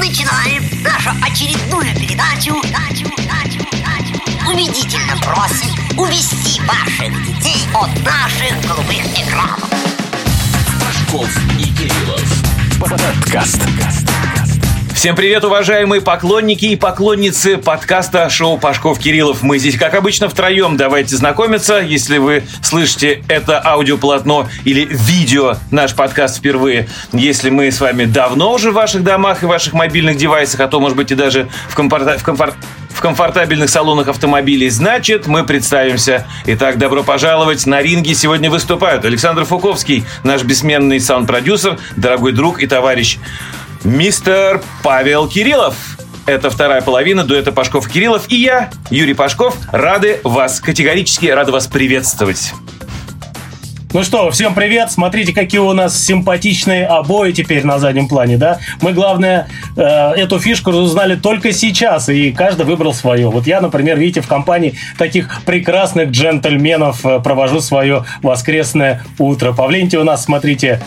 начинаем нашу очередную передачу. Убедительно просим увести ваших детей от наших голубых экранов. Пашков и Кириллов. Подкаст. Всем привет, уважаемые поклонники и поклонницы подкаста шоу Пашков-Кириллов. Мы здесь, как обычно, втроем. Давайте знакомиться. Если вы слышите это аудиополотно или видео, наш подкаст впервые. Если мы с вами давно уже в ваших домах и ваших мобильных девайсах, а то, может быть, и даже в комфортабельных салонах автомобилей, значит, мы представимся. Итак, добро пожаловать. На ринге сегодня выступают Александр Фуковский, наш бессменный саунд-продюсер, дорогой друг и товарищ, мистер Павел Кириллов. Это вторая половина дуэта Пашков и Кириллов. И я, Юрий Пашков, категорически рады вас приветствовать. Ну что, всем привет. Смотрите, какие у нас симпатичные обои теперь на заднем плане, да? Мы, главное, эту фишку узнали только сейчас, и каждый выбрал свое. Вот я, например, видите, в компании таких прекрасных джентльменов провожу свое воскресное утро. Павленти у нас, смотрите,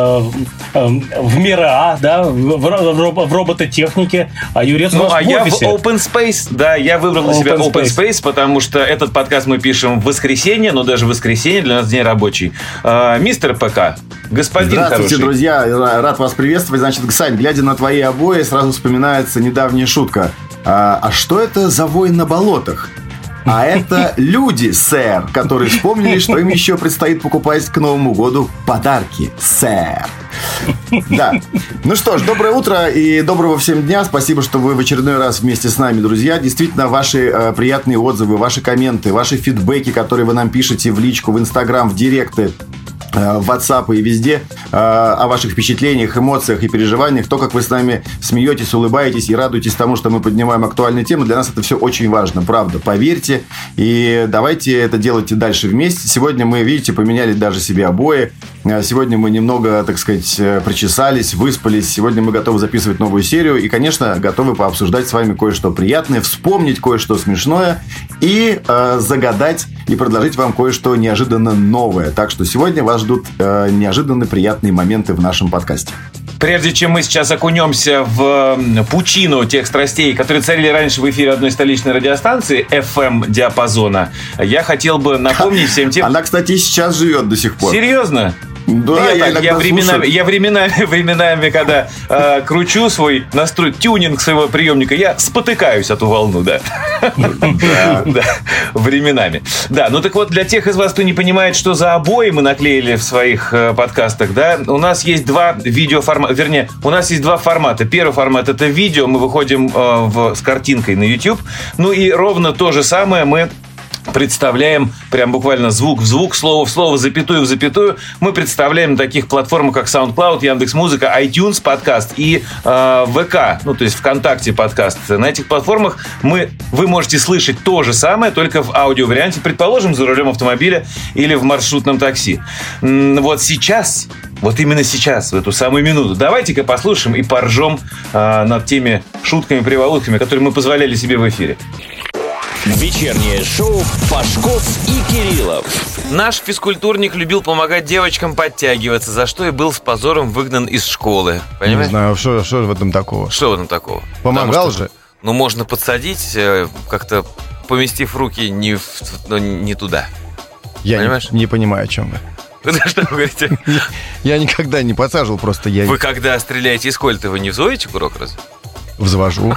в МИРА, да, в робототехнике, а Юрец у нас в офисе. Я в Open Space, да, я выбрал для себя Open Space, потому что этот подкаст мы пишем в воскресенье, но даже в воскресенье для нас день рабочий. Мистер ПК, господин Здравствуйте, хороший. друзья, рад вас приветствовать. Значит, Сань, глядя на твои обои, сразу вспоминается недавняя шутка. А что это за вой на болотах? А это люди, сэр, которые вспомнили, что им еще предстоит покупать к Новому году подарки, сэр. Да. Ну что ж, доброе утро и доброго всем дня. Спасибо, что вы в очередной раз вместе с нами, друзья. Действительно, ваши приятные отзывы, ваши комменты, ваши фидбэки, которые вы нам пишете в личку, в Инстаграм, в директы, в WhatsApp и везде, о ваших впечатлениях, эмоциях и переживаниях, то, как вы с нами смеетесь, улыбаетесь и радуетесь тому, что мы поднимаем актуальные темы. Для нас это все очень важно, правда, поверьте. И давайте это делать дальше вместе. Сегодня мы, видите, поменяли даже себе обои. Сегодня мы немного, так сказать, причесались, выспались. Сегодня мы готовы записывать новую серию. И, конечно, готовы пообсуждать с вами кое-что приятное, вспомнить кое-что смешное и загадать и предложить вам кое-что неожиданно новое. Так что сегодня вас ждут неожиданно приятные моменты в нашем подкасте. Прежде чем мы сейчас окунемся в пучину тех страстей, которые царили раньше в эфире одной столичной радиостанции FM-диапазона, я хотел бы напомнить всем тем... Она, кстати, сейчас живет до сих пор. Серьезно? Да, я временами, когда кручу свой настрой, тюнинг своего приемника, я спотыкаюсь о ту волну, да. Да, временами. Да, ну так вот, для тех из вас, кто не понимает, что за обои мы наклеили в своих подкастах, да, у нас есть два видеоформата, вернее, у нас есть два формата. Первый формат — это видео, мы выходим с картинкой на YouTube, ну и ровно то же самое мы представляем прям буквально звук в звук, слово в слово, запятую в запятую. Мы представляем на таких платформах, как SoundCloud, Яндекс.Музыка, iTunes подкаст и ВК, ну то есть ВКонтакте подкаст. На этих платформах вы можете слышать то же самое, только в аудиоварианте, предположим, за рулем автомобиля или в маршрутном такси. Вот сейчас, вот именно сейчас, в эту самую минуту, давайте-ка послушаем и поржем над теми шутками-приволотками, которые мы позволяли себе в эфире. Вечернее шоу Пашков и Кириллов. Наш физкультурник любил помогать девочкам подтягиваться, за что и был с позором выгнан из школы. Понимаешь? Не знаю, что в этом такого? Что в этом такого? Помогал же. Ну, можно подсадить, как-то поместив руки не туда. Я понимаешь? Не понимаю, о чем вы. Что вы говорите? Я никогда не подсаживал, просто я... Вы когда стреляете из кольта, вы не взводите курок разве? Взвожу.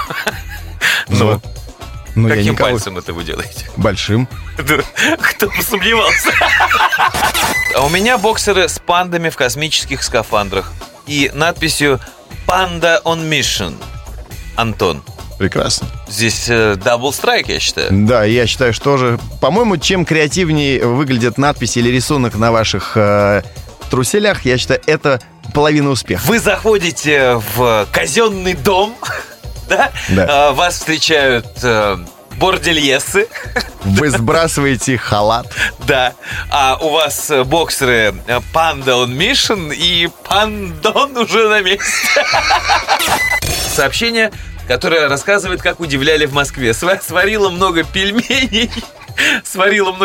Ну, каким пальцем это вы делаете? Большим. Кто бы сомневался. А у меня боксеры с пандами в космических скафандрах и надписью «Panda on Mission». Антон. Прекрасно. Здесь дабл страйк, я считаю. Да, я считаю, что же... По-моему, чем креативнее выглядят надписи или рисунок на ваших труселях, я считаю, это половина успеха. Вы заходите в казенный дом... Да? Да. Вас встречают бордельесы. Вы сбрасываете халат. Да. А у вас боксеры Panda on Mission и Пандон уже на месте. Сообщение, которое рассказывает, как удивляли в Москве. Сварила много пельменей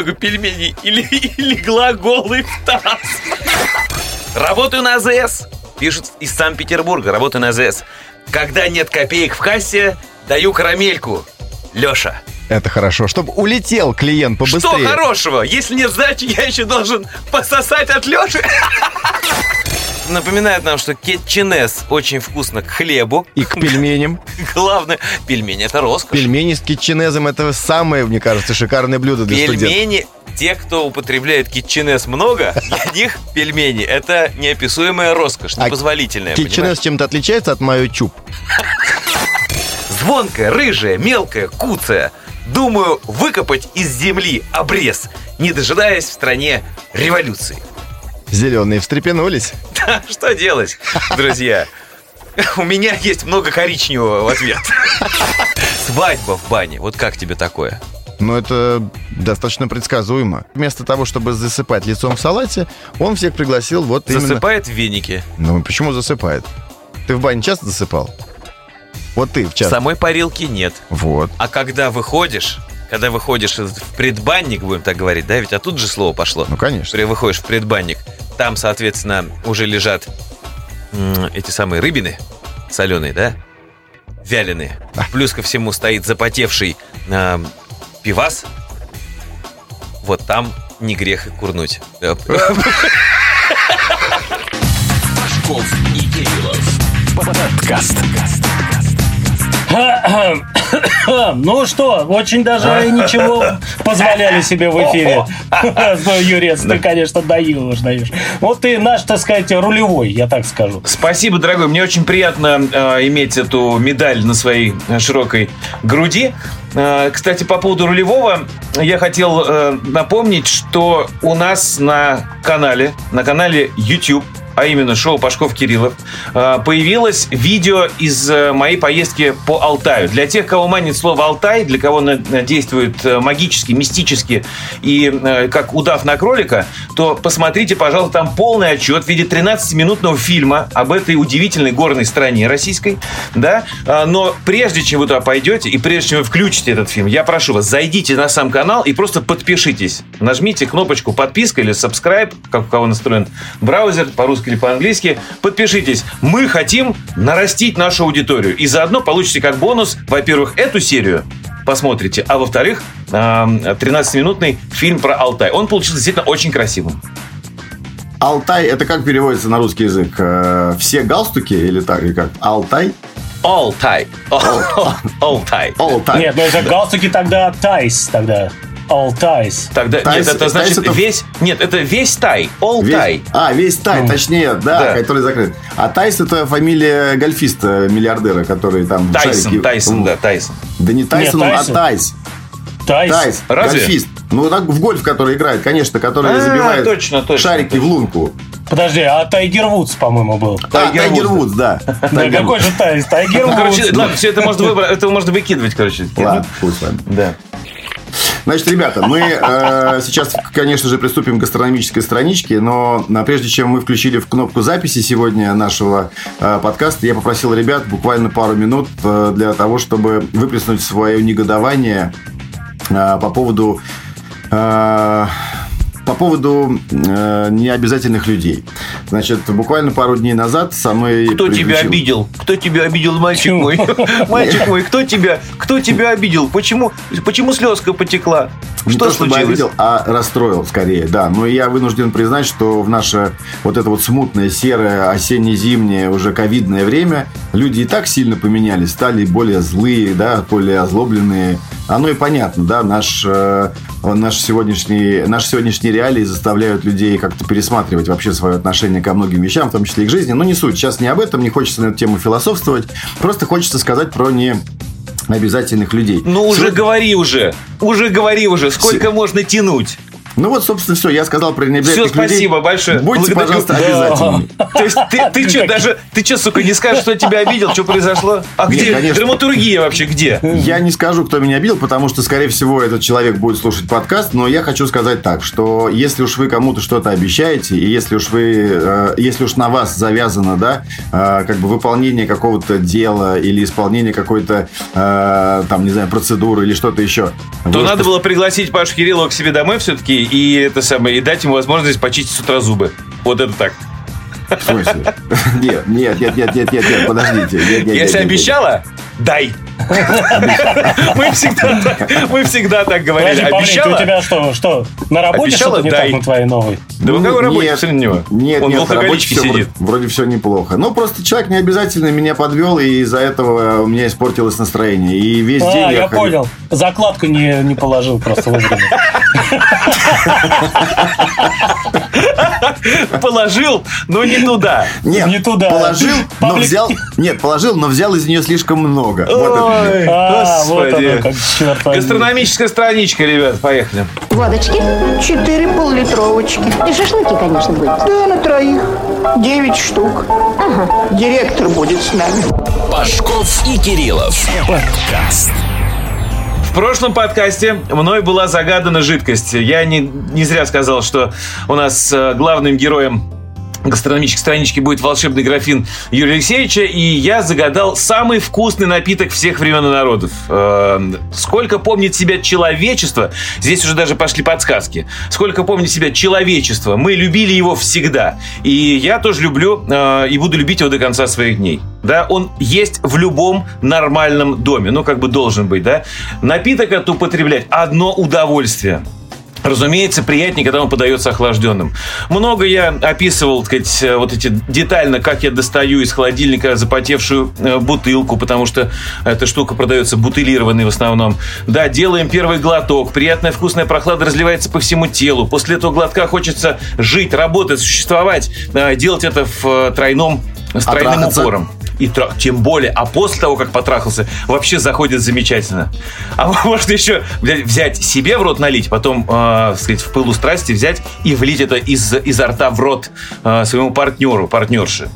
и легла голой в таз. Работаю на АЗС. Пишут из Санкт-Петербурга, работаю на АЗС. Когда нет копеек в кассе, даю карамельку. Леша. Это хорошо, чтобы улетел клиент побыстрее. Что хорошего? Если нет сдачи, я еще должен пососать от Леши. Напоминает нам, что кетчинес очень вкусно к хлебу. И к пельменям. Главное, пельмени — это роскошь. Пельмени с кетчинезом — это самое, мне кажется, шикарное блюдо для студентов. Пельмени, те, кто употребляет кетчинес много, для них пельмени — это неописуемая роскошь, непозволительная. Кетчинес чем-то отличается от майо-чуб? Звонкая, рыжая, мелкая, куцая. Думаю, выкопать из земли обрез, не дожидаясь в стране революции. Зеленые встрепенулись. Да, что делать, друзья? У меня есть много коричневого в ответ. Свадьба в бане. Вот как тебе такое? Ну, это достаточно предсказуемо. Вместо того, чтобы засыпать лицом в салате, он всех пригласил вот именно... Засыпает в веники. Ну, почему засыпает? Ты в бане часто засыпал? Вот ты в часто. Самой парилки нет. Вот. А когда выходишь в предбанник, будем так говорить, да, ведь оттуда же слово пошло. Ну, конечно. Выходишь в предбанник, там, соответственно, уже лежат эти самые рыбины соленые, да, вяленые. Плюс ко всему стоит запотевший пивас. Вот там не грех и курнуть. Пашков и Кириллов. Подкаст. Ну что, очень даже ничего позволяли себе в эфире. Юрец, ты, конечно, даешь. Вот ты наш, так сказать, рулевой, я так скажу. Спасибо, дорогой. Мне очень приятно иметь эту медаль на своей широкой груди. Кстати, по поводу рулевого, я хотел напомнить, что у нас на канале YouTube, а именно шоу Пашков-Кириллов, появилось видео из моей поездки по Алтаю. Для тех, кого манит слово «Алтай», для кого оно действует магически, мистически и как удав на кролика, то посмотрите, пожалуйста, там полный отчет в виде 13-минутного фильма об этой удивительной горной стране российской. Да? Но прежде чем вы туда пойдете и прежде чем вы включите этот фильм, я прошу вас, зайдите на сам канал и просто подпишитесь. Нажмите кнопочку «Подписка» или «Subscribe», как у кого настроен браузер, по-русски или по-английски. Подпишитесь. Мы хотим нарастить нашу аудиторию. И заодно получите как бонус, во-первых, эту серию посмотрите, а во-вторых, 13-минутный фильм про Алтай. Он получился действительно очень красивым. Алтай, это как переводится на русский язык? Все галстуки или так? Или как? Алтай? Алтай. Алтай. Нет, ну это галстуки тогда Тайс тогда. All-Ties. Тогда, Тайс, нет, это значит это... весь... Нет, это весь Тай. All-Тай. Весь Тай, точнее, да, который закрыт. А Тайс — это фамилия гольфиста, миллиардера, который там... Тайсон. Да не Тайсон, а Тайс. Тайс. Разве? Гольфист. Ну, так в гольф, который играет, конечно, который забивает шарики в лунку. Подожди, а Тайгер Вудс, по-моему, был. Тайгер Вудс, да. Да какой же Тайс? Тайгер Вудс. Короче, ладно, все это можно выбрать, это можно выкидывать, короче. Ладно, пусть с вами. Да. Значит, ребята, мы сейчас, конечно же, приступим к гастрономической страничке, но прежде чем мы включили в кнопку записи сегодня нашего подкаста, я попросил ребят буквально пару минут для того, чтобы выплеснуть свое негодование по поводу необязательных людей. Значит, буквально пару дней назад со мной... Кто тебя обидел? Кто тебя обидел, мальчик мой? Мальчик мой, кто тебя обидел? Почему слезка потекла? Не Что то, чтобы случилось? обидел, а расстроил скорее, да. Но я вынужден признать, что в наше вот это вот смутное, серое, осенне-зимнее, уже ковидное время люди и так сильно поменялись, стали более злые, да, более озлобленные. Оно и понятно, да, наши сегодняшние реалии заставляют людей как-то пересматривать вообще свое отношение ко многим вещам, в том числе и к жизни. Но не суть. Сейчас не об этом, не хочется на эту тему философствовать. Просто хочется сказать про необязательных людей. Ну, уже говори уже. Сколько можно тянуть? Ну вот, собственно, все. Я сказал про необязательных людей. Все, спасибо большое. Будьте, пожалуйста, обязательными. То есть ты что, сука, не скажешь, что тебя обидел, что произошло? А где драматургия вообще, где? Я не скажу, кто меня обидел, потому что, скорее всего, этот человек будет слушать подкаст, но я хочу сказать так, что если уж вы кому-то что-то обещаете, и если уж на вас завязано, да, как бы выполнение какого-то дела или исполнение какой-то, там, не знаю, процедуры или что-то еще, то надо было пригласить Пашу Кириллова к себе домой все-таки и дать ему возможность почистить с утра зубы. Вот это так. В смысле? Нет, подождите. Если обещала, дай. Мы всегда так говорили. Подожди, Павлик, у тебя что? На работе что-то не так на твоей новой? Да вы какой работе? Посмотри на него. Нет, он в алкоголичке сидит. Вроде все неплохо. Ну, просто человек не обязательно меня подвел, и из-за этого у меня испортилось настроение. И весь день я понял. Закладку не положил просто вовремя. Положил, но не туда. Нет, не туда. Положил, но взял. Нет, положил, но взял из нее слишком много. Ой, господи. Вот гастрономическая страничка, ребят, поехали. Водочки? 4 пол-литровочки. И шашлыки, конечно, будут. Да, на троих. 9 штук. Ага. Директор будет с нами. Пашков и Кириллов. Подкаст. В прошлом подкасте мной была загадана жидкость. Я не зря сказал, что у нас главным героем гастрономической странички будет волшебный графин Юрия Алексеевича, и я загадал самый вкусный напиток всех времен и народов. Сколько помнит себя человечество, здесь уже даже пошли подсказки, сколько помнит себя человечество, мы любили его всегда. И я тоже люблю и буду любить его до конца своих дней. Да, он есть в любом нормальном доме, ну, как бы должен быть, да. Напиток это употреблять одно удовольствие. Разумеется, приятнее, когда он подается охлажденным. Много я описывал, так сказать, вот эти детально, как я достаю из холодильника запотевшую бутылку, потому что эта штука продается бутылированной в основном. Да, делаем первый глоток, приятная вкусная прохлада разливается по всему телу. После этого глотка хочется жить, работать, существовать, делать это с тройным упором. И тем более, а после того, как потрахался, вообще заходит замечательно. А можно еще взять себе в рот налить, потом, сказать, в пылу страсти взять и влить это изо рта в рот своему партнерше.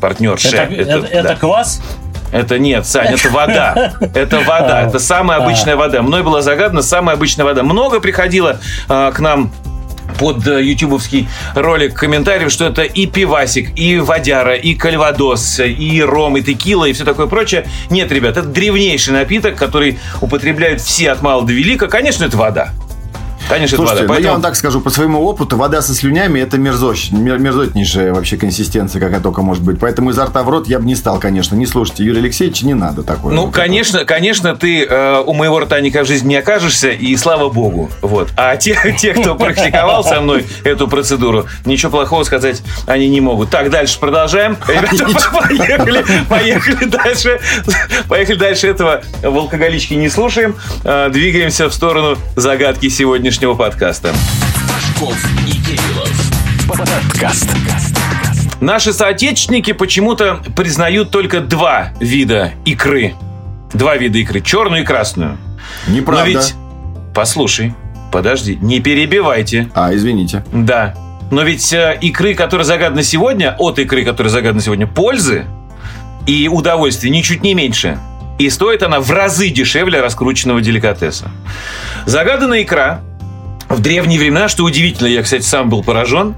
Это квас? Это нет, Сань, это вода. Это вода, это самая обычная вода. Мной была загадана самая обычная вода. Много приходило к нам под ютубовский ролик комментариев, что это и пивасик, и водяра, и кальвадос, и ром, и текила, и все такое прочее. Нет, ребят, это древнейший напиток, который употребляют все от мала до велика. Конечно, это вода. Конечно, слушайте, это вода. Я вам так скажу, по своему опыту, вода со слюнями – это мерзотнейшая вообще консистенция, какая только может быть. Поэтому изо рта в рот я бы не стал, конечно. Не слушайте Юрия Алексеевича, не надо такое. Ну, конечно, ты у моего рта никак в жизни не окажешься, и слава богу. Вот. А те, кто практиковал со мной эту процедуру, ничего плохого сказать они не могут. Так, дальше продолжаем. Ребята, поехали дальше. Поехали дальше. Этого в алкоголичке не слушаем. Двигаемся в сторону загадки сегодняшнего подкаста. Пашков и Кириллов. Подкаст. Наши соотечественники почему-то признают только два вида икры. Черную и красную. Неправда. Но ведь, послушай, подожди, не перебивайте. Извините. Да. Но ведь икры, которая загадана сегодня, от икры, которая загадана сегодня, пользы и удовольствия ничуть не меньше. И стоит она в разы дешевле раскрученного деликатеса. Загаданная икра в древние времена, что удивительно, я, кстати, сам был поражен,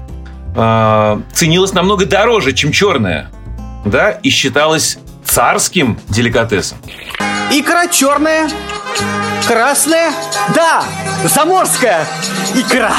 ценилась намного дороже, чем черная. Да, и считалась царским деликатесом. Икра черная, красная, да, заморская икра.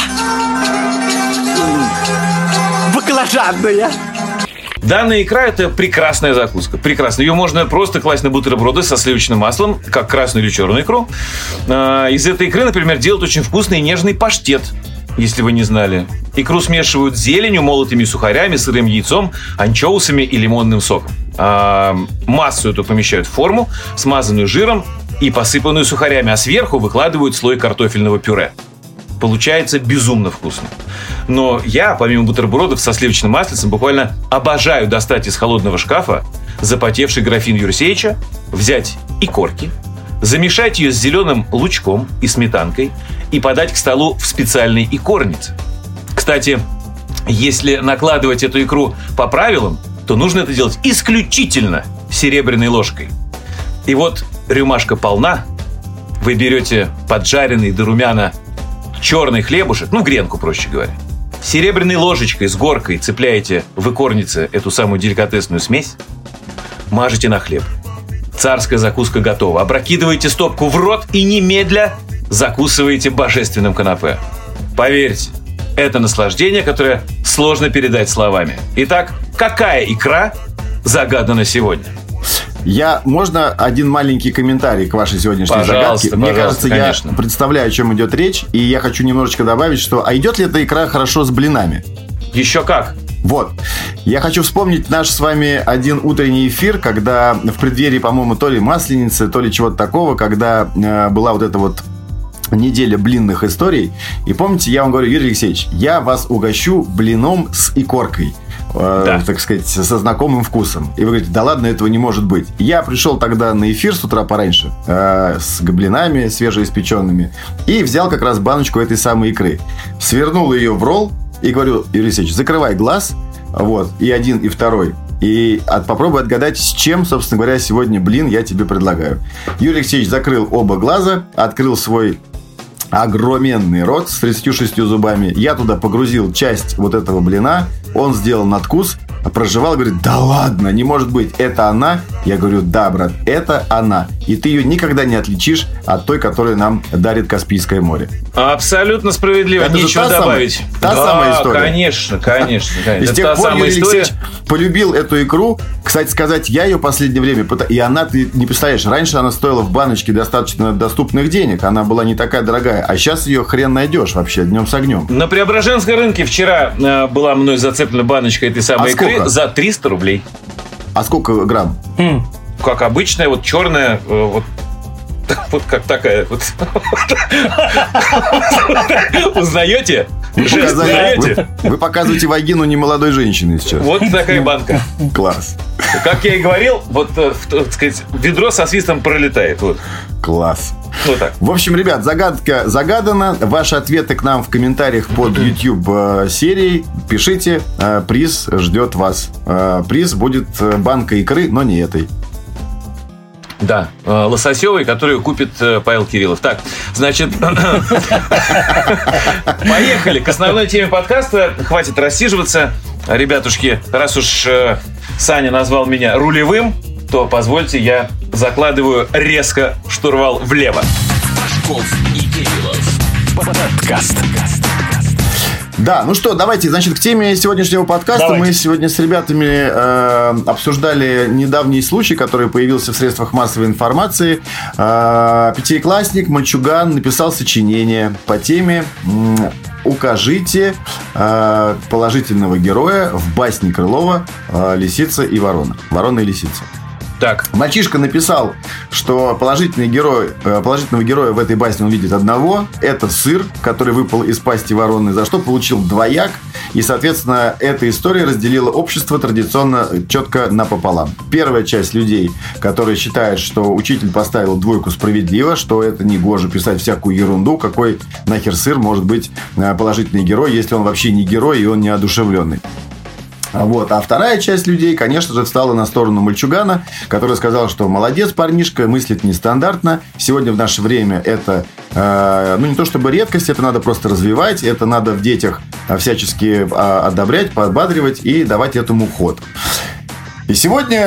Баклажанная. Данная икра – это прекрасная закуска. Прекрасно. Ее можно просто класть на бутерброды со сливочным маслом, как красную или черную икру. Из этой икры, например, делают очень вкусный и нежный паштет, если вы не знали. Икру смешивают с зеленью, молотыми сухарями, сырым яйцом, анчоусами и лимонным соком. Массу эту помещают в форму, смазанную жиром и посыпанную сухарями, а сверху выкладывают слой картофельного пюре. Получается безумно вкусно. Но я, помимо бутербродов со сливочным маслицем, буквально обожаю достать из холодного шкафа запотевший графин Юрия Алексеевича, взять икорки, замешать ее с зеленым лучком и сметанкой и подать к столу в специальной икорнице. Кстати, если накладывать эту икру по правилам, то нужно это делать исключительно серебряной ложкой. И вот рюмашка полна, вы берете поджаренный до румяна черный хлебушек, гренку, проще говоря. Серебряной ложечкой с горкой цепляете в икорнице эту самую деликатесную смесь, мажете на хлеб. Царская закуска готова. Опрокидываете стопку в рот и немедля закусываете божественным канапе. Поверьте, это наслаждение, которое сложно передать словами. Итак, какая икра загадана сегодня? Можно один маленький комментарий к вашей сегодняшней загадке? Мне кажется, конечно. Я представляю, о чем идет речь, и я хочу немножечко добавить, что идет ли эта икра хорошо с блинами? Еще как. Вот. Я хочу вспомнить наш с вами один утренний эфир, когда в преддверии, по-моему, то ли Масленицы, то ли чего-то такого, когда была вот эта вот неделя блинных историй. И помните, я вам говорю, Юрий Алексеевич, я вас угощу блином с икоркой. Да. Так сказать, со знакомым вкусом. И вы говорите, да ладно, этого не может быть. Я пришел тогда на эфир с утра пораньше с блинами свежеиспеченными и взял как раз баночку этой самой икры. Свернул ее в ролл и говорю, Юрий Алексеевич, закрывай глаз. Вот, и один, и второй. И попробуй отгадать, с чем, собственно говоря, сегодня блин я тебе предлагаю. Юрий Алексеевич закрыл оба глаза, открыл свой огроменный рот с 36 зубами. Я туда погрузил часть вот этого блина. Он сделал надкус, прожевал, говорит, да ладно, не может быть, это она? Я говорю, да, брат, это она. И ты ее никогда не отличишь от той, которую нам дарит Каспийское море. Абсолютно справедливо, это нечего добавить. Та самая история. Конечно. И с тех пор Юрий Алексеевич полюбил эту икру. Кстати сказать, я ее в последнее время... И она, ты не представляешь, раньше она стоила в баночке достаточно доступных денег. Она была не такая дорогая. А сейчас ее хрен найдешь вообще днем с огнем. На Преображенском рынке вчера была мной зацеплена баночка этой самой икры за 300 рублей. А сколько грамм? Как обычная, вот черная, вот как такая. Вот. Узнаете? Вы показываете вагину немолодой женщины сейчас. Вот такая банка. Класс. Как я и говорил, вот, так сказать, ведро со свистом пролетает. Вот. Класс. Вот так. В общем, ребят, загадка загадана. Ваши ответы к нам в комментариях под YouTube серией. Пишите. Приз ждет вас. Приз будет банка икры, но не этой. Да, лососевой, которую купит Павел Кириллов. Так, значит, поехали к основной теме подкаста. Хватит рассиживаться. Ребятушки, раз уж Саня назвал меня рулевым, то позвольте, я закладываю резко штурвал влево. Пашков и Кириллов. Подкаст. Да, ну что, давайте, значит, к теме сегодняшнего подкаста. Давайте. Мы сегодня с ребятами обсуждали недавний случай, который появился в средствах массовой информации. Пятиклассник, мальчуган, написал сочинение по теме «Укажите положительного героя в басне Крылова «Лисица и ворона». Ворона и лисица. Так. Мальчишка написал, что положительного героя в этой басне он видит одного. Это сыр, который выпал из пасти вороны, за что получил двояк. И, соответственно, эта история разделила общество традиционно четко напополам. Первая часть людей, которые считают, что учитель поставил двойку справедливо, что это не гоже писать всякую ерунду, какой нахер сыр может быть положительный герой, если он вообще не герой и он неодушевленный. Вот. А вторая часть людей, конечно же, встала на сторону мальчугана, который сказал, что молодец парнишка, мыслит нестандартно. Сегодня в наше время это, не то чтобы редкость, это надо просто развивать, это надо в детях всячески одобрять, подбадривать и давать этому ход. И сегодня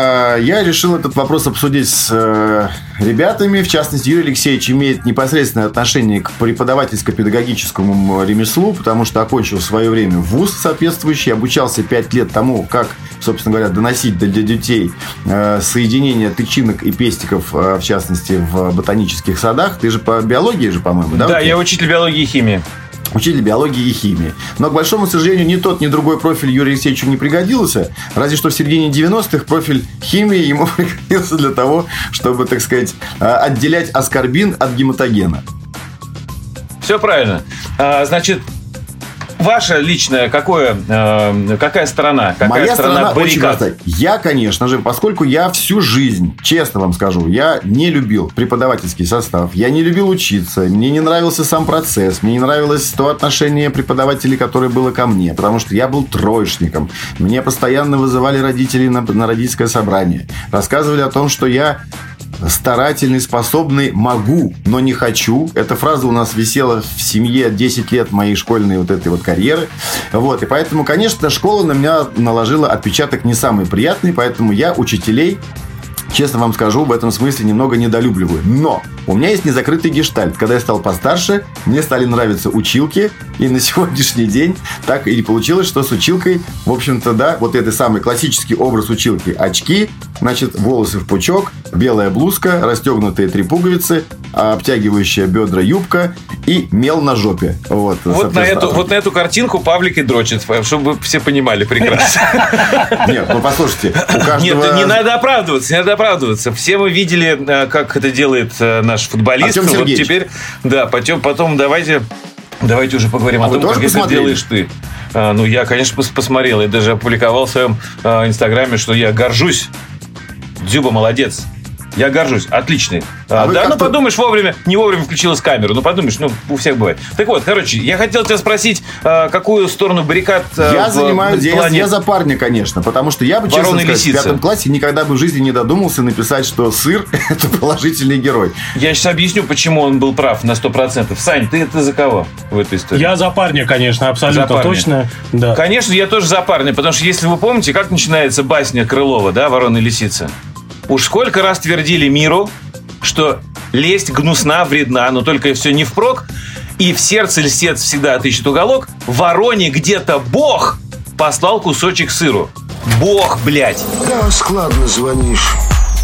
я решил этот вопрос обсудить с ребятами. В частности, Юрий Алексеевич имеет непосредственное отношение к преподавательско-педагогическому ремеслу, потому что окончил в свое время вуз соответствующий, обучался 5 лет тому, как, собственно говоря, доносить для детей соединение тычинок и пестиков, в частности, в ботанических садах. Ты же по биологии же, по-моему, да? Да, я учитель биологии и химии. Учитель биологии и химии. Но, к большому сожалению, ни тот, ни другой профиль Юрию Алексеевичу не пригодился. Разве что в середине 90-х профиль химии ему пригодился для того, чтобы, так сказать, отделять аскорбин от гематогена. Все правильно. Значит, ваша личная какая сторона? Какая Моя сторона очень баррикад? простая. Я, конечно же, поскольку я всю жизнь, честно вам скажу, я не любил преподавательский состав, я не любил учиться, мне не нравился сам процесс, мне не нравилось то отношение преподавателей, которое было ко мне, потому что я был троечником. Мне постоянно вызывали родители на родительское собрание, рассказывали о том, что я старательный, способный, могу, но не хочу. Эта фраза у нас висела в семье 10 лет моей школьной вот этой вот карьеры. Вот. И поэтому, конечно, школа на меня наложила отпечаток не самый приятный, поэтому я учителей честно вам скажу, в этом смысле немного недолюбливаю. Но у меня есть незакрытый гештальт. Когда я стал постарше, мне стали нравиться училки. И на сегодняшний день так и получилось, что с училкой, в общем-то, да, вот это самый классический образ училки. Очки, значит, волосы в пучок, белая блузка, расстегнутые 3 пуговицы, обтягивающая бедра юбка и мел на жопе. Вот на эту картинку Павлик и дрочит, чтобы все понимали прекрасно. Нет, ну послушайте, у каждого... Нет, не надо оправдываться. Все мы видели, как это делает наш футболист. Артем Сергеевич. Вот теперь, да, потом давайте уже поговорим о том, как это делаешь ты. Ну, я, конечно, посмотрел. Я даже опубликовал в своем инстаграме, что я горжусь. Дзюба молодец. Я горжусь. Отличный. Подумаешь, не вовремя включилась камера. Подумаешь, у всех бывает. Так вот, короче, я хотел тебя спросить, какую сторону баррикад... Я за парня, конечно. Потому что я бы, честно сказать, в 5 классе никогда бы в жизни не додумался написать, что сыр – это положительный герой. Я сейчас объясню, почему он был прав на 100%. Сань, ты за кого в этой истории? Я за парня, конечно, абсолютно точно. Да. Конечно, я тоже за парня. Потому что, если вы помните, как начинается басня Крылова, да, «Ворона и лисица»? Уж сколько раз твердили миру, что лесть гнусна, вредна, но только все не впрок, и в сердце льстец всегда отыщет уголок, вороне где-то Бог послал кусочек сыру. Бог, блядь. Да, складно звонишь.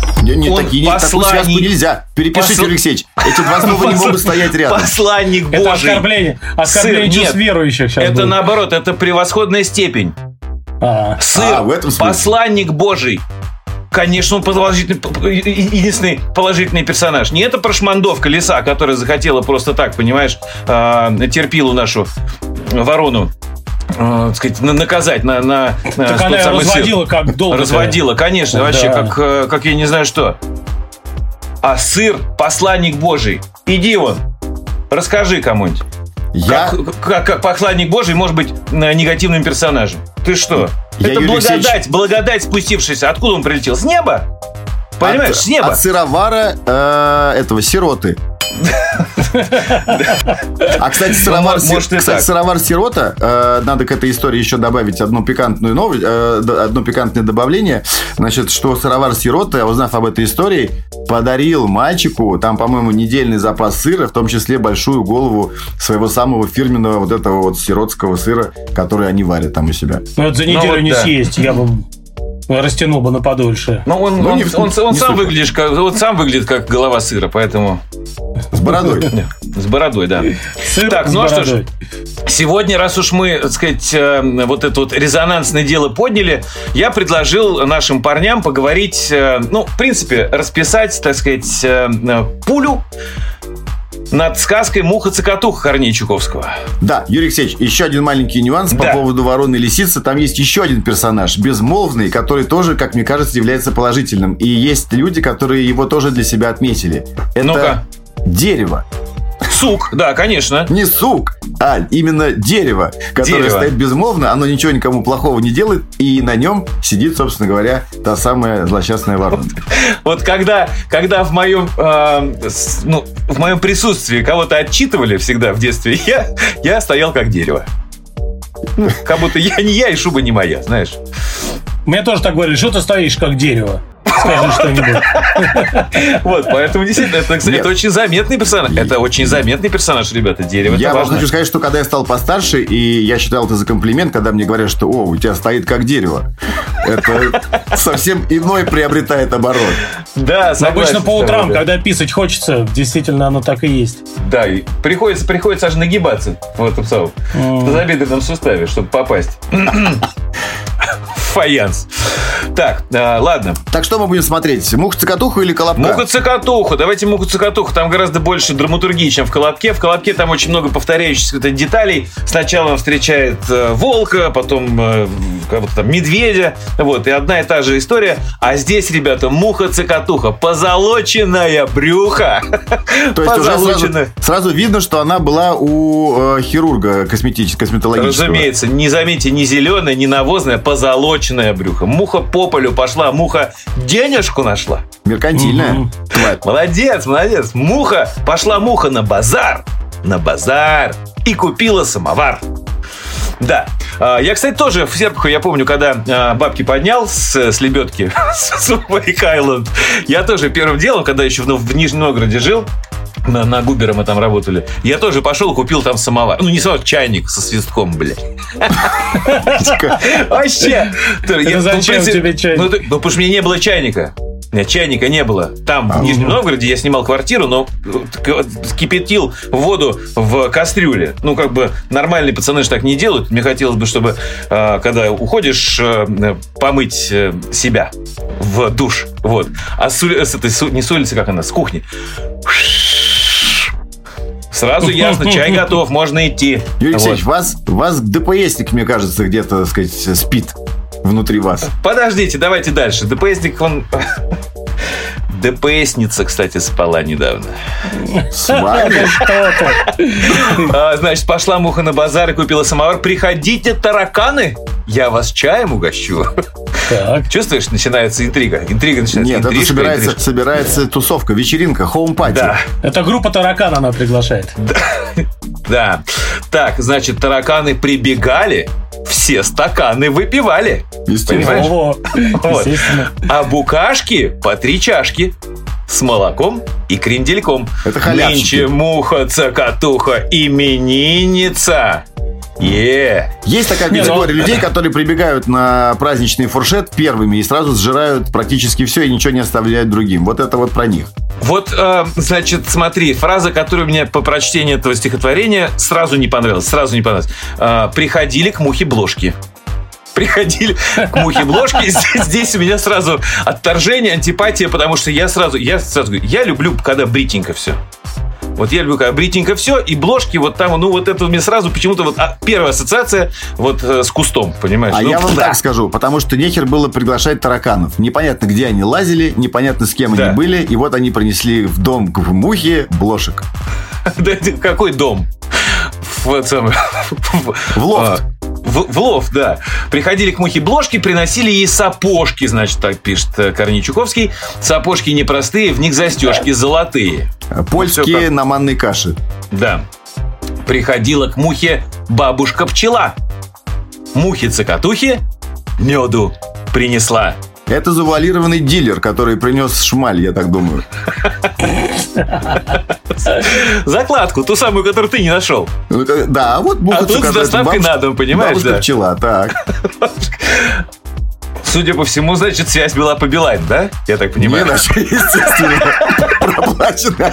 Такую связку нельзя. Перепишите, Алексеевич. Эти два слова не могут стоять рядом. Посланник Божий. Это оскорбление чувств верующих. Это наоборот, это превосходная степень. Сыр, посланник Божий. Конечно, он единственный положительный персонаж. Не эта прошмандовка лиса, которая захотела просто так, понимаешь, терпилу нашу ворону, так сказать, наказать на так она ее разводила как долго. Разводила, конечно, вообще, как я не знаю что. А сыр, посланник Божий. Иди вон, расскажи кому-нибудь. Как посланник Божий может быть негативным персонажем? Ты что? Это благодать спустившаяся. Откуда он прилетел? С неба? Понимаешь, с неба. От сыровара этого сироты. А, кстати, сыровар-сирота, надо к этой истории еще добавить одно пикантное добавление. Значит, что сыровар-сирота, узнав об этой истории, подарил мальчику, там, по-моему, недельный запас сыра, в том числе большую голову своего самого фирменного вот этого вот сиротского сыра, который они варят там у себя. Ну, это за неделю не съесть, я бы... растянул бы на подольше. Но он сам выглядит как голова сыра, поэтому... С бородой. С бородой, да. Так, ну что ж, сегодня, раз уж мы, так сказать, вот это вот резонансное дело подняли, я предложил нашим парням поговорить, в принципе, расписать, так сказать, пулю над сказкой «Муха-цокотуха» Корнея Чуковского. Да, Юрий Алексеевич, еще один маленький нюанс по поводу вороны и лисицы. Там есть еще один персонаж, безмолвный, который тоже, как мне кажется, является положительным. И есть люди, которые его тоже для себя отметили. Это дерево. Сук, да, конечно. Не сук, а именно дерево, которое стоит безмолвно, оно ничего никому плохого не делает, и на нем сидит, собственно говоря, та самая злосчастная ворона. Вот когда в моем присутствии кого-то отчитывали всегда в детстве, я стоял как дерево. Как будто я не я, и шуба не моя, знаешь. Мне тоже так говорили, что ты стоишь как дерево. Скажи что-нибудь. Вот, поэтому действительно, это очень заметный персонаж. Это очень заметный персонаж, ребята, дерево. Я вам хочу сказать, что когда я стал постарше, и я считал это за комплимент, когда мне говорят, что у тебя стоит как дерево. Это совсем иной приобретает оборот. Да, согласен. Обычно по утрам, когда писать хочется, действительно оно так и есть. Да, и приходится аж нагибаться в этом самом тазобедренном суставе, чтобы попасть. Фаянс. Так, ладно. Так что мы будем смотреть? Муха-цокотуха или Колобка? Муха-цокотуха. Давайте Муха-цокотуху. Там гораздо больше драматургии, чем в Колобке. В Колобке там очень много повторяющихся деталей. Сначала он встречает волка, потом кого-то там медведя. Вот, и одна и та же история. А здесь, ребята, Муха-цокотуха. Позолоченная брюха. То есть уже сразу видно, что она была у хирурга косметологического. Разумеется. Не заметьте, не зеленая, не навозная, позолоченная брюха. Муха по полю пошла, муха денежку нашла. Меркантильная. Молодец. Пошла муха на базар и купила самовар. Да. Я, кстати, тоже в Серпуху, я помню, когда бабки поднял с лебедки с Вейк-Айленд, я тоже первым делом, когда еще в Нижнем Новгороде жил, на Губера мы там работали, я тоже пошел, купил там самовар. Ну, не самовар, чайник со свистком, блядь. Вообще. Зачем тебе чайник? Ну, потому что у меня не было чайника. У меня чайника не было. Там, в Нижнем Новгороде, я снимал квартиру, но кипятил воду в кастрюле. Ну, как бы нормальные пацаны же так не делают. Мне хотелось бы, чтобы, когда уходишь, помыть себя в душ. Вот. А не с улицы, как она, с кухни. Сразу ясно, чай готов, можно идти. Юрий Алексеевич, вас ДПСник, мне кажется, где-то, так сказать, спит внутри вас. Подождите, давайте дальше. ДПСник, он... ДПСница, кстати, спала недавно. С вами? Значит, пошла муха на базар и купила самовар. Приходите, тараканы, я вас чаем угощу. Так. Чувствуешь, начинается интрига. Интрига начинается. Нет, это собирается тусовка, вечеринка, хоум-пати. Да. Это группа таракан она приглашает. Да. Так, значит, тараканы прибегали, все стаканы выпивали. Понимаешь? Вот. А букашки по 3 чашки с молоком и крендельком. Это халявщики. Нынче муха, цокотуха, именинница. Есть такая категория людей, которые прибегают на праздничный фуршет первыми и сразу сжирают практически все и ничего не оставляют другим. Вот это вот про них. Вот, значит, смотри, фраза, которая мне по прочтению этого стихотворения сразу не понравилась. Приходили к мухе Блошки. Приходили к мухе Блошки. Здесь у меня сразу отторжение, антипатия, потому что я сразу говорю, я люблю, когда бритенько все. Вот я люблю, когда бритенько все, и Блошки вот там, ну вот это у меня сразу почему-то вот первая ассоциация вот с кустом, понимаешь? А я вам так скажу, потому что нехер было приглашать тараканов. Непонятно, где они лазили, непонятно, с кем они были, и вот они принесли в дом к мухе Блошек. Какой дом? В лофт. В лофт, да. Приходили к мухе Блошки, приносили ей сапожки, значит, так пишет Корней Чуковский. Сапожки непростые, в них застежки золотые. Польские на манной каше. Да. Приходила к мухе бабушка-пчела. Мухе-цокотухе меду принесла. Это завуалированный дилер, который принес шмаль, я так думаю. Закладку, ту самую, которую ты не нашел. Да, вот муха. А тут с доставкой на дом, понимаешь? Бабушка-пчела, так. Судя по всему, значит, связь была по Билайн, да? Я так понимаю. Не наша, естественно. Проплаченная.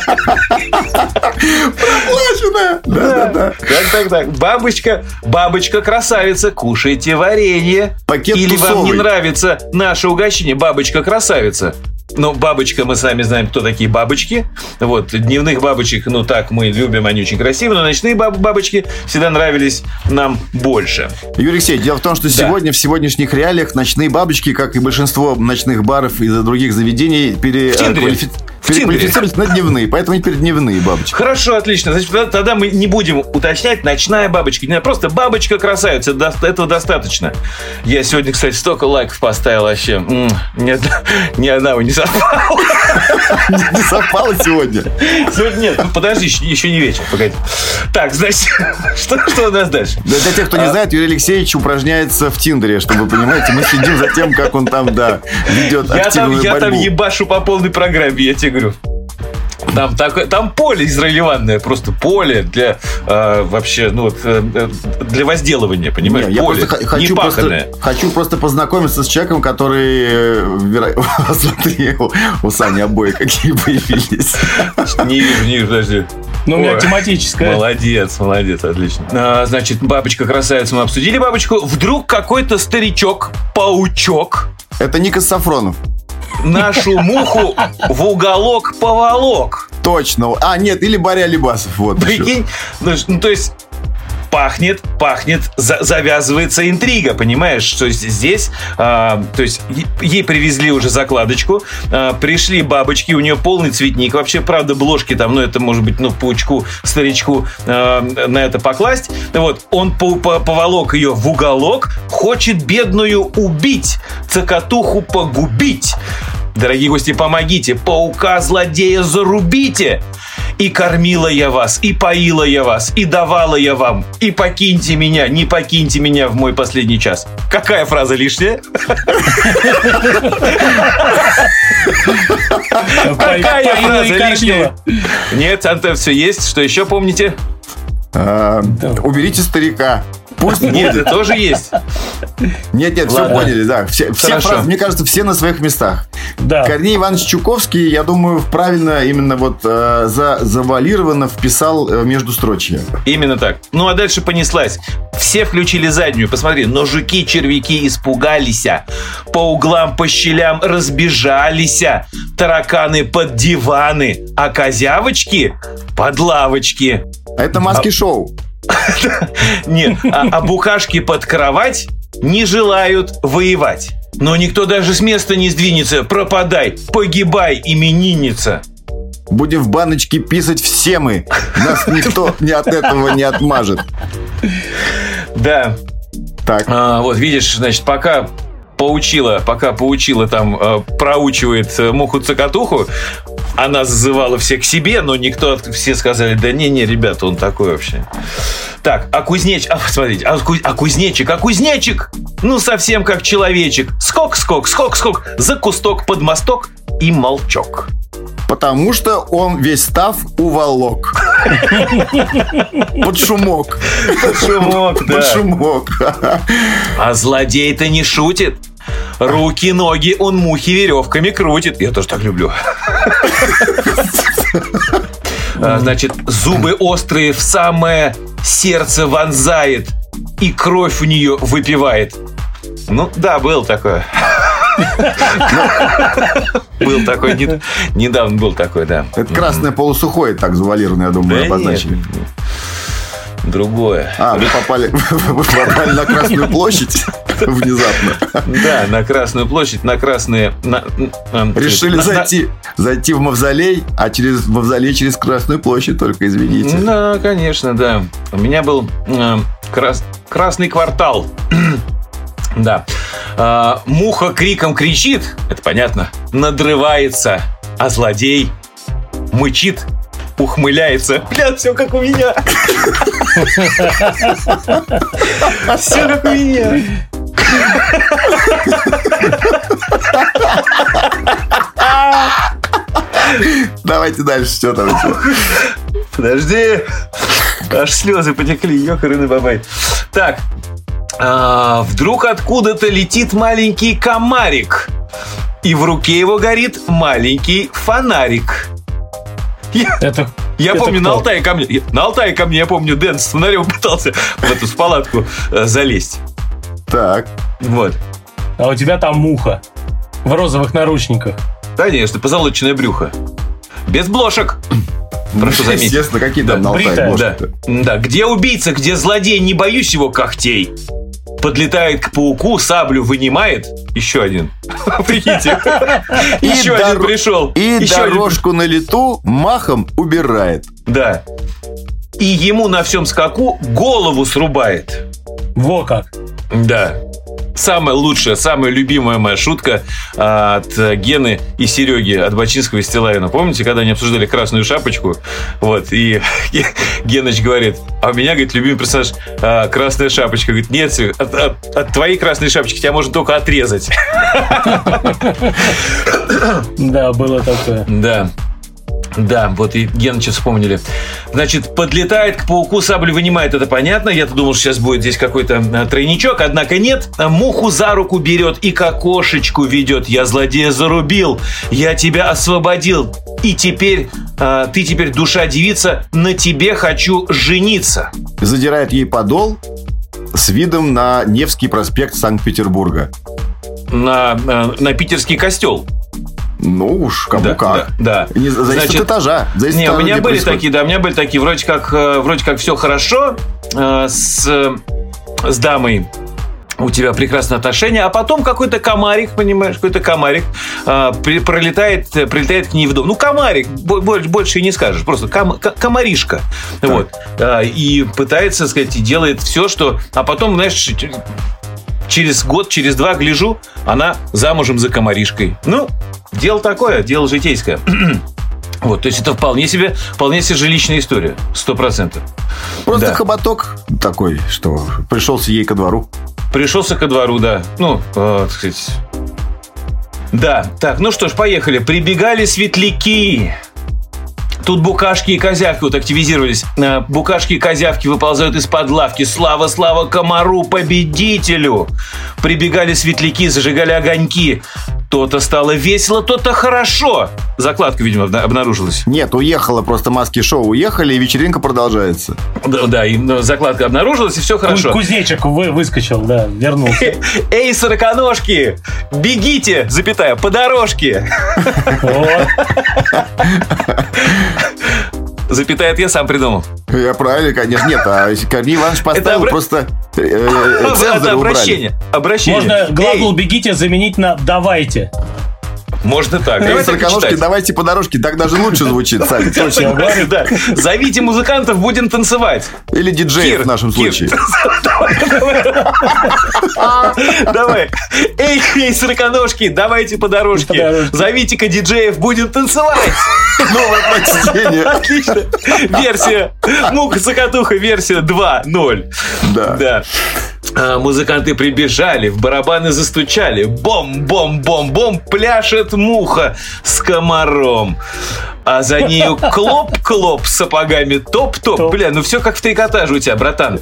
Проплаченная. Да. Так. Бабочка-красавица, кушайте варенье. Пакет или тусовый. Вам не нравится наше угощение? Бабочка-красавица. Ну, бабочка, мы сами знаем, кто такие бабочки. Вот, дневных бабочек, ну так, мы любим, они очень красивые, но ночные бабочки всегда нравились нам больше. Юрий Алексеевич, дело в том, что сегодня, в сегодняшних реалиях, ночные бабочки, как и большинство ночных баров и других заведений, переквалифицировались на дневные, поэтому теперь дневные бабочки. Хорошо, отлично. Значит, тогда мы не будем уточнять ночная бабочка. Не, просто бабочка-красавица. Этого достаточно. Я сегодня, кстати, столько лайков поставил вообще. Ни одного не совпало. Не совпало сегодня? Сегодня нет. Подожди, еще не вечер. Погоди. Так, значит, что у нас дальше? Для тех, кто не знает, Юрий Алексеевич упражняется в Тиндере, чтобы вы понимаете, мы следим за тем, как он там, ведет активную борьбу. Я там ебашу по полной программе, я тебе говорю. Там поле израилеванное, просто поле для вообще, для возделывания, понимаешь? Поле, непаханное. Хочу просто познакомиться с человеком, который... Смотри, у Сани обои какие появились. Не вижу, подожди. Ну, у меня тематическая. Молодец, отлично. Значит, бабочка-красавица, мы обсудили бабочку. Вдруг какой-то старичок, паучок. Это Никос Сафронов. Нашу муху в уголок поволок. Точно. Нет, или Боря Либасов. Вот. Прикинь, то есть пахнет, завязывается интрига, понимаешь? То есть здесь, то есть ей привезли уже закладочку, пришли бабочки, у нее полный цветник. Вообще, правда, Блошки там, это может быть, паучку, старичку на это покласть. Вот, он поволок ее в уголок, хочет бедную убить, цокотуху погубить. Дорогие гости, помогите, паука-злодея зарубите. И кормила я вас, и поила я вас, и давала я вам. И покиньте меня, не покиньте меня в мой последний час. Какая фраза лишняя? Какая фраза лишняя? Нет, там все есть. Что еще помните? Уберите старика. Пусть нет, будет. тоже есть. Нет, все поняли, да. Все фразы, мне кажется, все на своих местах. Да. Корней Иванович Чуковский, я думаю, правильно именно вот завуалированно вписал междустрочье. Именно так. Ну, а дальше понеслась. Все включили заднюю. Посмотри, но жуки-червяки испугались. По углам, по щелям разбежались. Тараканы под диваны, а козявочки под лавочки. Это маски-шоу. Нет, а букашки под кровать не желают воевать. Но никто даже с места не сдвинется. Пропадай, погибай, именинница. Будем в баночке писать все мы. Нас никто от этого не отмажет. Да. Так. Вот видишь, значит, пока поучила там, проучивает муху-цокотуху, она зазывала всех к себе, но все сказали, да не, ребята, он такой вообще. Так, смотрите, кузнечик, ну совсем как человечек. Скок, за кусток под мосток и молчок. Потому что он весь став уволок. Под шумок. Под шумок. А злодей-то не шутит. Руки, ноги он мухи веревками крутит. Я тоже так люблю. Значит, зубы острые в самое сердце вонзает и кровь в нее выпивает. Ну, да, был такое. Был такой, недавно был такой, да. Это красное полусухое, так завуалированное, я думаю, обозначили. Другое. Вы попали на Красную площадь внезапно. Да, на Красную площадь, на красные... Решили зайти в мавзолей, а через мавзолей через Красную площадь только, извините. Да, конечно, да. У меня был Красный квартал. Да. Муха криком кричит, это понятно, надрывается, а злодей мычит, ухмыляется. Бля, все как у меня. Все как у меня. Давайте дальше, что там еще? Подожди. Аж слезы потекли, ёкарный бабай. Так. Вдруг откуда-то летит маленький комарик, и в руке его горит маленький фонарик. Я помню, на Алтае ко мне, я помню, Дэн с фонарем пытался в палатку залезть. Так. Вот. А у тебя там муха в розовых наручниках. Конечно, позолоченное брюхо. Без блошек. Прошу заметить. Естественно, какие там на Алтае блошки-то? Да, где убийца, где злодей, не боюсь его когтей. Подлетает к пауку, саблю вынимает. Еще один. Прикиньте. Еще один пришел. И дорожку на лету махом убирает. Да. И ему на всем скаку голову срубает. Во как. Да. Самая лучшая, самая любимая моя шутка от Гены и Сереги, от Бачинского и Стилавина. Помните, когда они обсуждали Красную шапочку? Вот, и Геныч говорит, а у меня, говорит, любимый персонаж Красная шапочка. Говорит, нет, от твоей Красной шапочки тебя можно только отрезать. Да, было такое. Да. Да, вот и Геныча вспомнили. Значит, подлетает к пауку, саблю вынимает, это понятно. Я-то думал, что сейчас будет здесь какой-то тройничок, однако нет. Муху за руку берет и к окошечку ведет. Я злодея зарубил, я тебя освободил. И теперь, ты теперь душа девица, на тебе хочу жениться. Задирает ей подол с видом на Невский проспект Санкт-Петербурга. На питерский костел. Ну уж, кому как. Да. Зависит от этажа. У меня были такие, вроде как все хорошо с дамой. У тебя прекрасные отношения, а потом какой-то комарик, понимаешь, прилетает к ней в дом. Ну, комарик, больше и не скажешь, просто комаришка. Вот. И пытается, так сказать, делает все, что... А потом, знаешь, через год, через два, гляжу, она замужем за комаришкой. Ну, дело такое, дело житейское. Вот, то есть это вполне себе жилищная история, 100%. Просто хоботок такой, что пришелся ей ко двору. Пришелся ко двору, да. Ну, так сказать. Да, так, ну что ж, поехали. Прибегали светляки. Тут букашки и козявки вот активизировались. Букашки и козявки выползают из-под лавки. Слава, слава комару, победителю! Прибегали светляки, зажигали огоньки. То-то стало весело, то-то хорошо. Закладка, видимо, обнаружилась. Нет, уехала, просто маски-шоу уехали, и вечеринка продолжается. Да, и закладка обнаружилась, и все хорошо. Кузнечик выскочил, да, вернулся. Эй, сороконожки, бегите, запятая, по дорожке. Запятая, это я сам придумал. Я правильно, конечно. Нет, а Корней Иванович поставил просто цензоры убрали. Обращение. Можно глагол «бегите» заменить на «давайте». Можно так. Эй, сороконожки, давайте по дорожке, так даже лучше звучит, Саня. Точно, да. Зовите музыкантов, будем танцевать. Или диджеев в нашем случае. Давай. Эй, сороконожки, давайте по дорожке. Зовите-ка диджеев, будем танцевать. Новое прочтение. Отлично. Версия Муха-цокотуха, версия 2.0. Да. Музыканты прибежали, в барабаны застучали. Бом-бом-бом-бом, пляшет муха с комаром. А за нею клоп-клоп с сапогами топ-топ. Бля, ну все как в трикотаже у тебя, братан.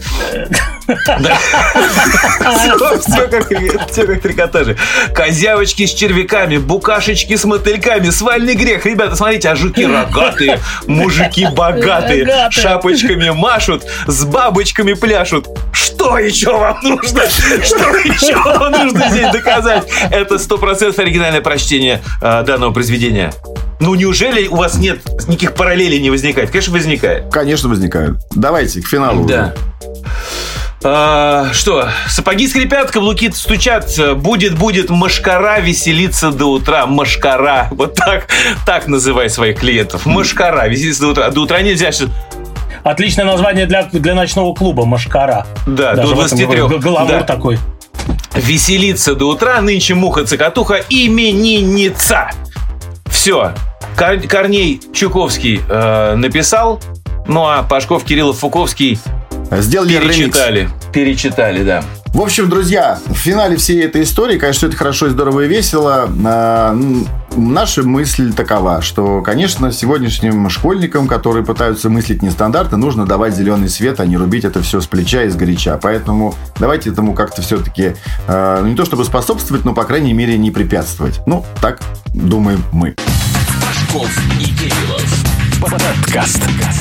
Все как в трикотаже. Козявочки с червяками, букашечки с мотыльками. Свальный грех. Ребята, смотрите, а жуки рогатые, мужики богатые, шапочками машут, с бабочками пляшут. Что еще вам нужно? Что еще вам нужно здесь доказать? Это 100% оригинальное прочтение данного произведения. Ну, неужели у вас нет никаких параллелей не возникает? Конечно, возникает. Конечно, возникают. Давайте к финалу. Да. Что? Сапоги скрипят, каблуки стучат. Будет машкара веселиться до утра. Машкара. Вот так называй своих клиентов. Машкара веселиться до утра. До утра нельзя. Отличное название для ночного клуба «Машкара». Да, до 23. Гламур такой. Веселиться до утра. Нынче муха-цокотуха именинница. Все. Корней Чуковский написал. Ну, а Пашков, Кириллов, Фуковский сделали перечитали, да. В общем, друзья, в финале всей этой истории, конечно, это хорошо и здорово и весело. Наша мысль такова, что, конечно, сегодняшним школьникам, которые пытаются мыслить нестандартно, нужно давать зеленый свет, а не рубить это все с плеча и сгоряча. Поэтому давайте этому как-то все-таки не то чтобы способствовать, но, по крайней мере, не препятствовать. Ну, так думаем мы. Пашков и Кириллов. Подкаст.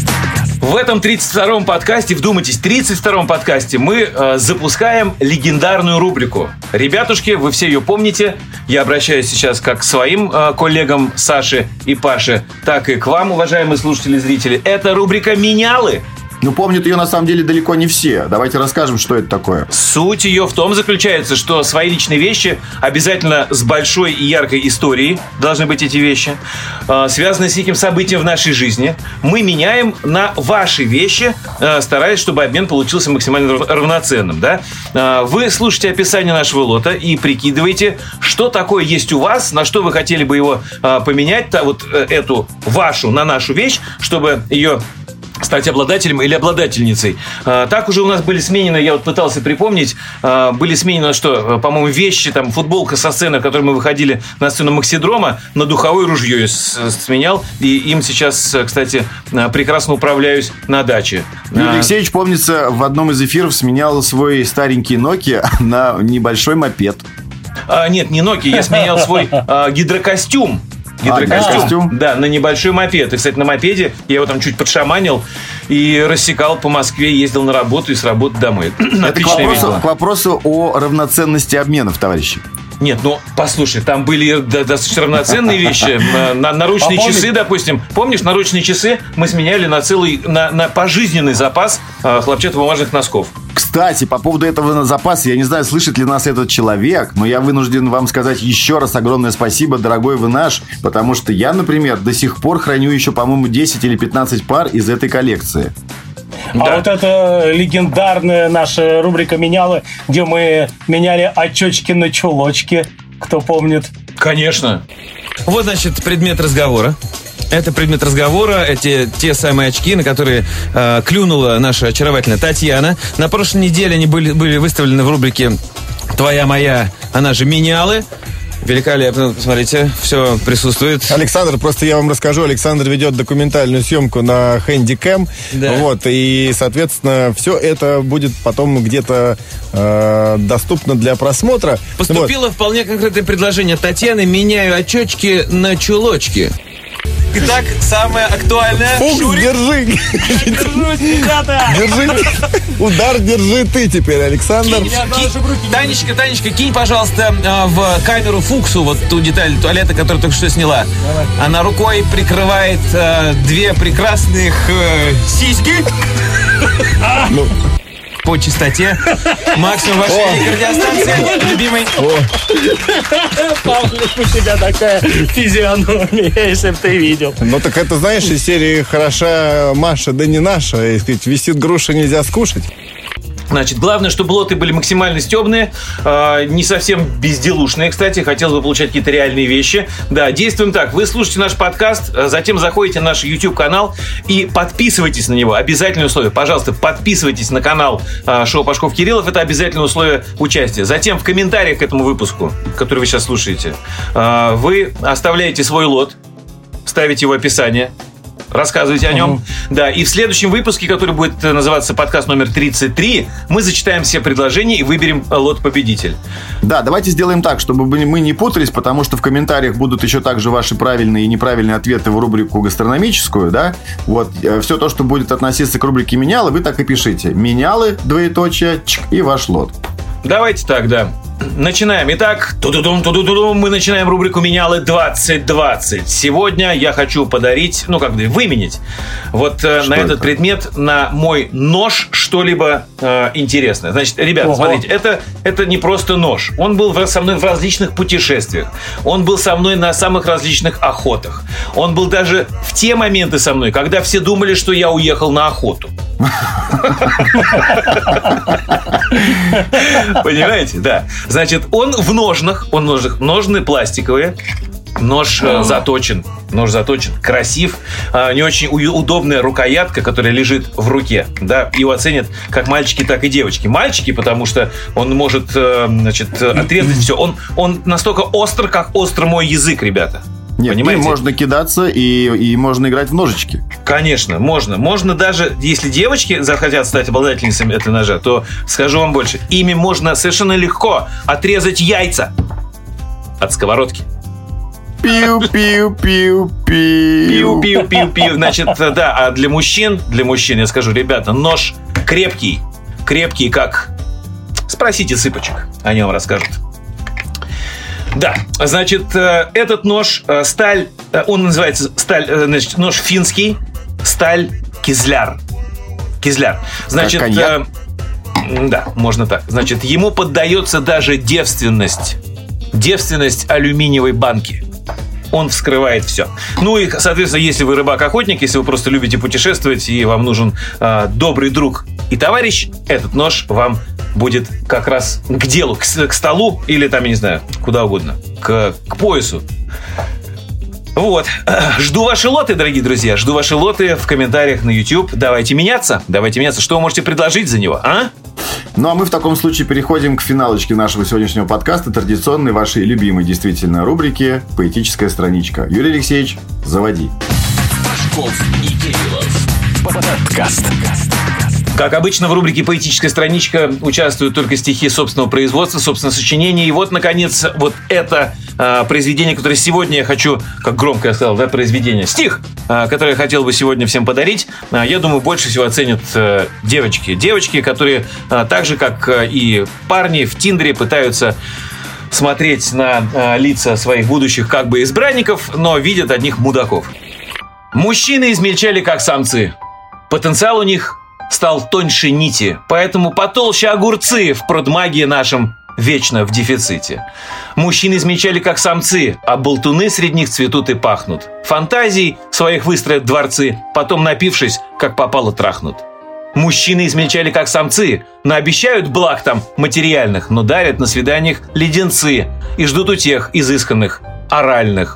В этом 32-м подкасте, вдумайтесь, 32-м подкасте мы запускаем легендарную рубрику. Ребятушки, вы все ее помните. Я обращаюсь сейчас как к своим коллегам Саше и Паше, так и к вам, уважаемые слушатели и зрители. Это рубрика «Менялы». Ну, помнят ее на самом деле далеко не все. Давайте расскажем, что это такое. Суть ее в том заключается, что свои личные вещи обязательно с большой и яркой историей должны быть эти вещи, связанные с неким событием в нашей жизни. Мы меняем на ваши вещи, стараясь, чтобы обмен получился максимально равноценным. Да? Вы слушаете описание нашего лота и прикидываете, что такое есть у вас, на что вы хотели бы его поменять, вот эту вашу на нашу вещь, чтобы ее стать обладателем или обладательницей. Так уже у нас были сменены, я вот пытался припомнить, были сменены, что, по-моему, вещи, там, футболка со сцены, в которой мы выходили на сцену Максидрома, на духовое ружье я сменял, и им сейчас, кстати, прекрасно управляюсь на даче. Юрий Алексеевич, помнится, в одном из эфиров сменял свой старенький Nokia на небольшой мопед. Нет, не Nokia, я сменял свой гидрокостюм. Гидрокостюм, да, на небольшой мопед. И, кстати, на мопеде я его там чуть подшаманил и рассекал по Москве, ездил на работу и с работы домой. Это к вопросу о равноценности обменов, товарищи. Нет, ну, послушай, там были достаточно равноценные вещи. Наручные часы, допустим. Помнишь, наручные часы мы сменяли на пожизненный запас хлопчатобумажных носков. Кстати, по поводу этого запаса, я не знаю, слышит ли нас этот человек, но я вынужден вам сказать еще раз огромное спасибо, дорогой вы наш, потому что я, например, до сих пор храню еще, по-моему, 10 или 15 пар из этой коллекции. Да. А вот это легендарная наша рубрика «Менялы», где мы меняли очечки на чулочки, кто помнит. Конечно. Вот, значит, предмет разговора. Это предмет разговора, те самые очки, на которые клюнула наша очаровательная Татьяна. На прошлой неделе они были выставлены в рубрике «Твоя, моя», она же «Менялы». Великолепно, смотрите, все присутствует. Александр, просто я вам расскажу, Александр ведет документальную съемку на Handycam, вот, и, соответственно, все это будет потом где-то доступно для просмотра. Поступило вполне конкретное предложение Татьяны: меняю очечки на чулочки. Итак, самое актуальное. Фукс, держи. Держусь, ребята. Держи. Удар держи ты теперь, Александр. Танечка, кинь, пожалуйста, в камеру Фуксу вот ту деталь туалета, которую только что сняла. Она рукой прикрывает две прекрасных сиськи. По чистоте. Максимум вашей радиостанции, любимый. Павлик, у тебя такая физиономия, если бы ты видел. Ну так это, знаешь, из серии «Хороша Маша, да не наша». И сказать, висит груша, нельзя скушать. Значит, главное, чтобы лоты были максимально стебные, не совсем безделушные, кстати. Хотелось бы получать какие-то реальные вещи. Да, действуем так. Вы слушаете наш подкаст, затем заходите на наш YouTube-канал и подписывайтесь на него. Обязательное условие. Пожалуйста, подписывайтесь на канал шоу Пашков-Кириллов. Это обязательное условие участия. Затем в комментариях к этому выпуску, который вы сейчас слушаете, вы оставляете свой лот, ставите его описание, рассказывайте о нем. Да, и в следующем выпуске, который будет называться подкаст номер 33, мы зачитаем все предложения и выберем лот-победитель. Да, давайте сделаем так, чтобы мы не путались, потому что в комментариях будут еще также ваши правильные и неправильные ответы в рубрику гастрономическую, да. Вот, все то, что будет относиться к рубрике «Менялы», вы так и пишите. «Менялы», двоеточие, чик, и ваш лот. Давайте так, да. Начинаем. Итак, мы начинаем рубрику «Менялы 2020». Сегодня я хочу подарить, выменить вот на этот предмет, на мой нож, что-либо интересное. Значит, ребята, смотрите, это не просто нож. Он был со мной в различных путешествиях. Он был со мной на самых различных охотах. Он был даже в те моменты со мной, когда все думали, что я уехал на охоту. Понимаете? Да. Значит, он в ножнах. Ножны пластиковые. Нож заточен. Нож заточен. Красив. Не очень удобная рукоятка, которая лежит в руке. Да, его оценят как мальчики, так и девочки. Мальчики, потому что он может, отрезать все. Он настолько остр, как остр мой язык, ребята. Нет, им можно кидаться и можно играть в ножички. Конечно, можно. Можно даже, если девочки захотят стать обладательницами этого ножа, то скажу вам больше. Ими можно совершенно легко отрезать яйца от сковородки. Пиу-пиу-пиу-пиу. Пиу-пиу-пиу-пиу. Значит, да, а для мужчин, я скажу, ребята, нож крепкий, как... Спросите цыпочек, они вам расскажут. Да, значит, этот нож, сталь, он называется нож финский, сталь Кизляр. Значит, да, можно так. Значит, ему поддается даже девственность алюминиевой банки. Он вскрывает все. Ну и, соответственно, если вы рыбак-охотник, если вы просто любите путешествовать и вам нужен добрый друг и товарищ, этот нож вам будет как раз к делу, к столу или там, я не знаю, куда угодно, к поясу. Вот. Жду ваши лоты, дорогие друзья. Жду ваши лоты в комментариях на YouTube. Давайте меняться. Что вы можете предложить за него, а? Ну, а мы в таком случае переходим к финалочке нашего сегодняшнего подкаста, традиционной вашей любимой действительно рубрики «Поэтическая страничка». Юрий Алексеевич, заводи. Пашков и Кириллов. Подкаст. Как обычно, в рубрике «Поэтическая страничка» участвуют только стихи собственного производства, собственного сочинения. И вот, наконец, вот это произведение, которое сегодня я хочу, как громко я сказал, да, произведение, стих, который я хотел бы сегодня всем подарить, я думаю, больше всего оценят девочки. Девочки, которые так же, как и парни, в Тиндере пытаются смотреть на лица своих будущих как бы избранников, но видят одних мудаков. Мужчины измельчали, как самцы. Потенциал у них стал тоньше нити, поэтому потолще огурцы в продмаге нашем вечно в дефиците. Мужчины измельчали, как самцы, а болтуны среди них цветут и пахнут. Фантазий своих выстроят дворцы, потом, напившись, как попало, трахнут. Мужчины измельчали, как самцы, но обещают благ там материальных, но дарят на свиданиях леденцы и ждут у тех изысканных оральных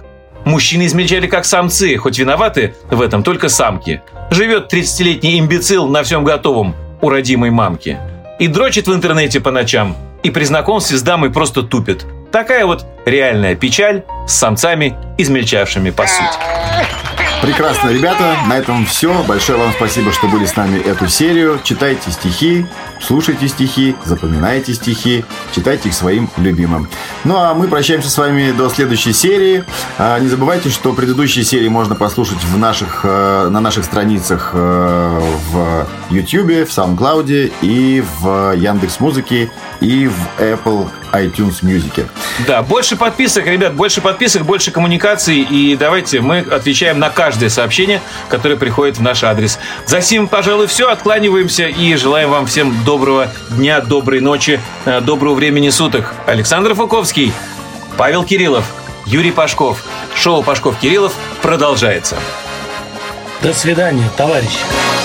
Мужчины измельчали как самцы, хоть виноваты в этом только самки. Живет 30-летний имбецил на всем готовом у родимой мамки. И дрочит в интернете по ночам, и при знакомстве с дамой просто тупит. Такая вот реальная печаль с самцами, измельчавшими по сути. Прекрасно, ребята. На этом все. Большое вам спасибо, что были с нами эту серию. Читайте стихи, слушайте стихи, запоминайте стихи, читайте их своим любимым. Ну, а мы прощаемся с вами до следующей серии. Не забывайте, что предыдущие серии можно послушать на наших страницах в YouTube, в SoundCloud и в Яндекс.Музыке и в Apple iTunes Music. Да, больше подписок, ребят, больше подписок, больше коммуникаций. И давайте мы отвечаем на каждое сообщение, которое приходит в наш адрес. За сим, пожалуй, все. Откланиваемся и желаем вам всем доброго дня, доброй ночи, доброго времени суток. Александр Фуковский, Павел Кириллов, Юрий Пашков. Шоу «Пашков-Кириллов» продолжается. До свидания, товарищи.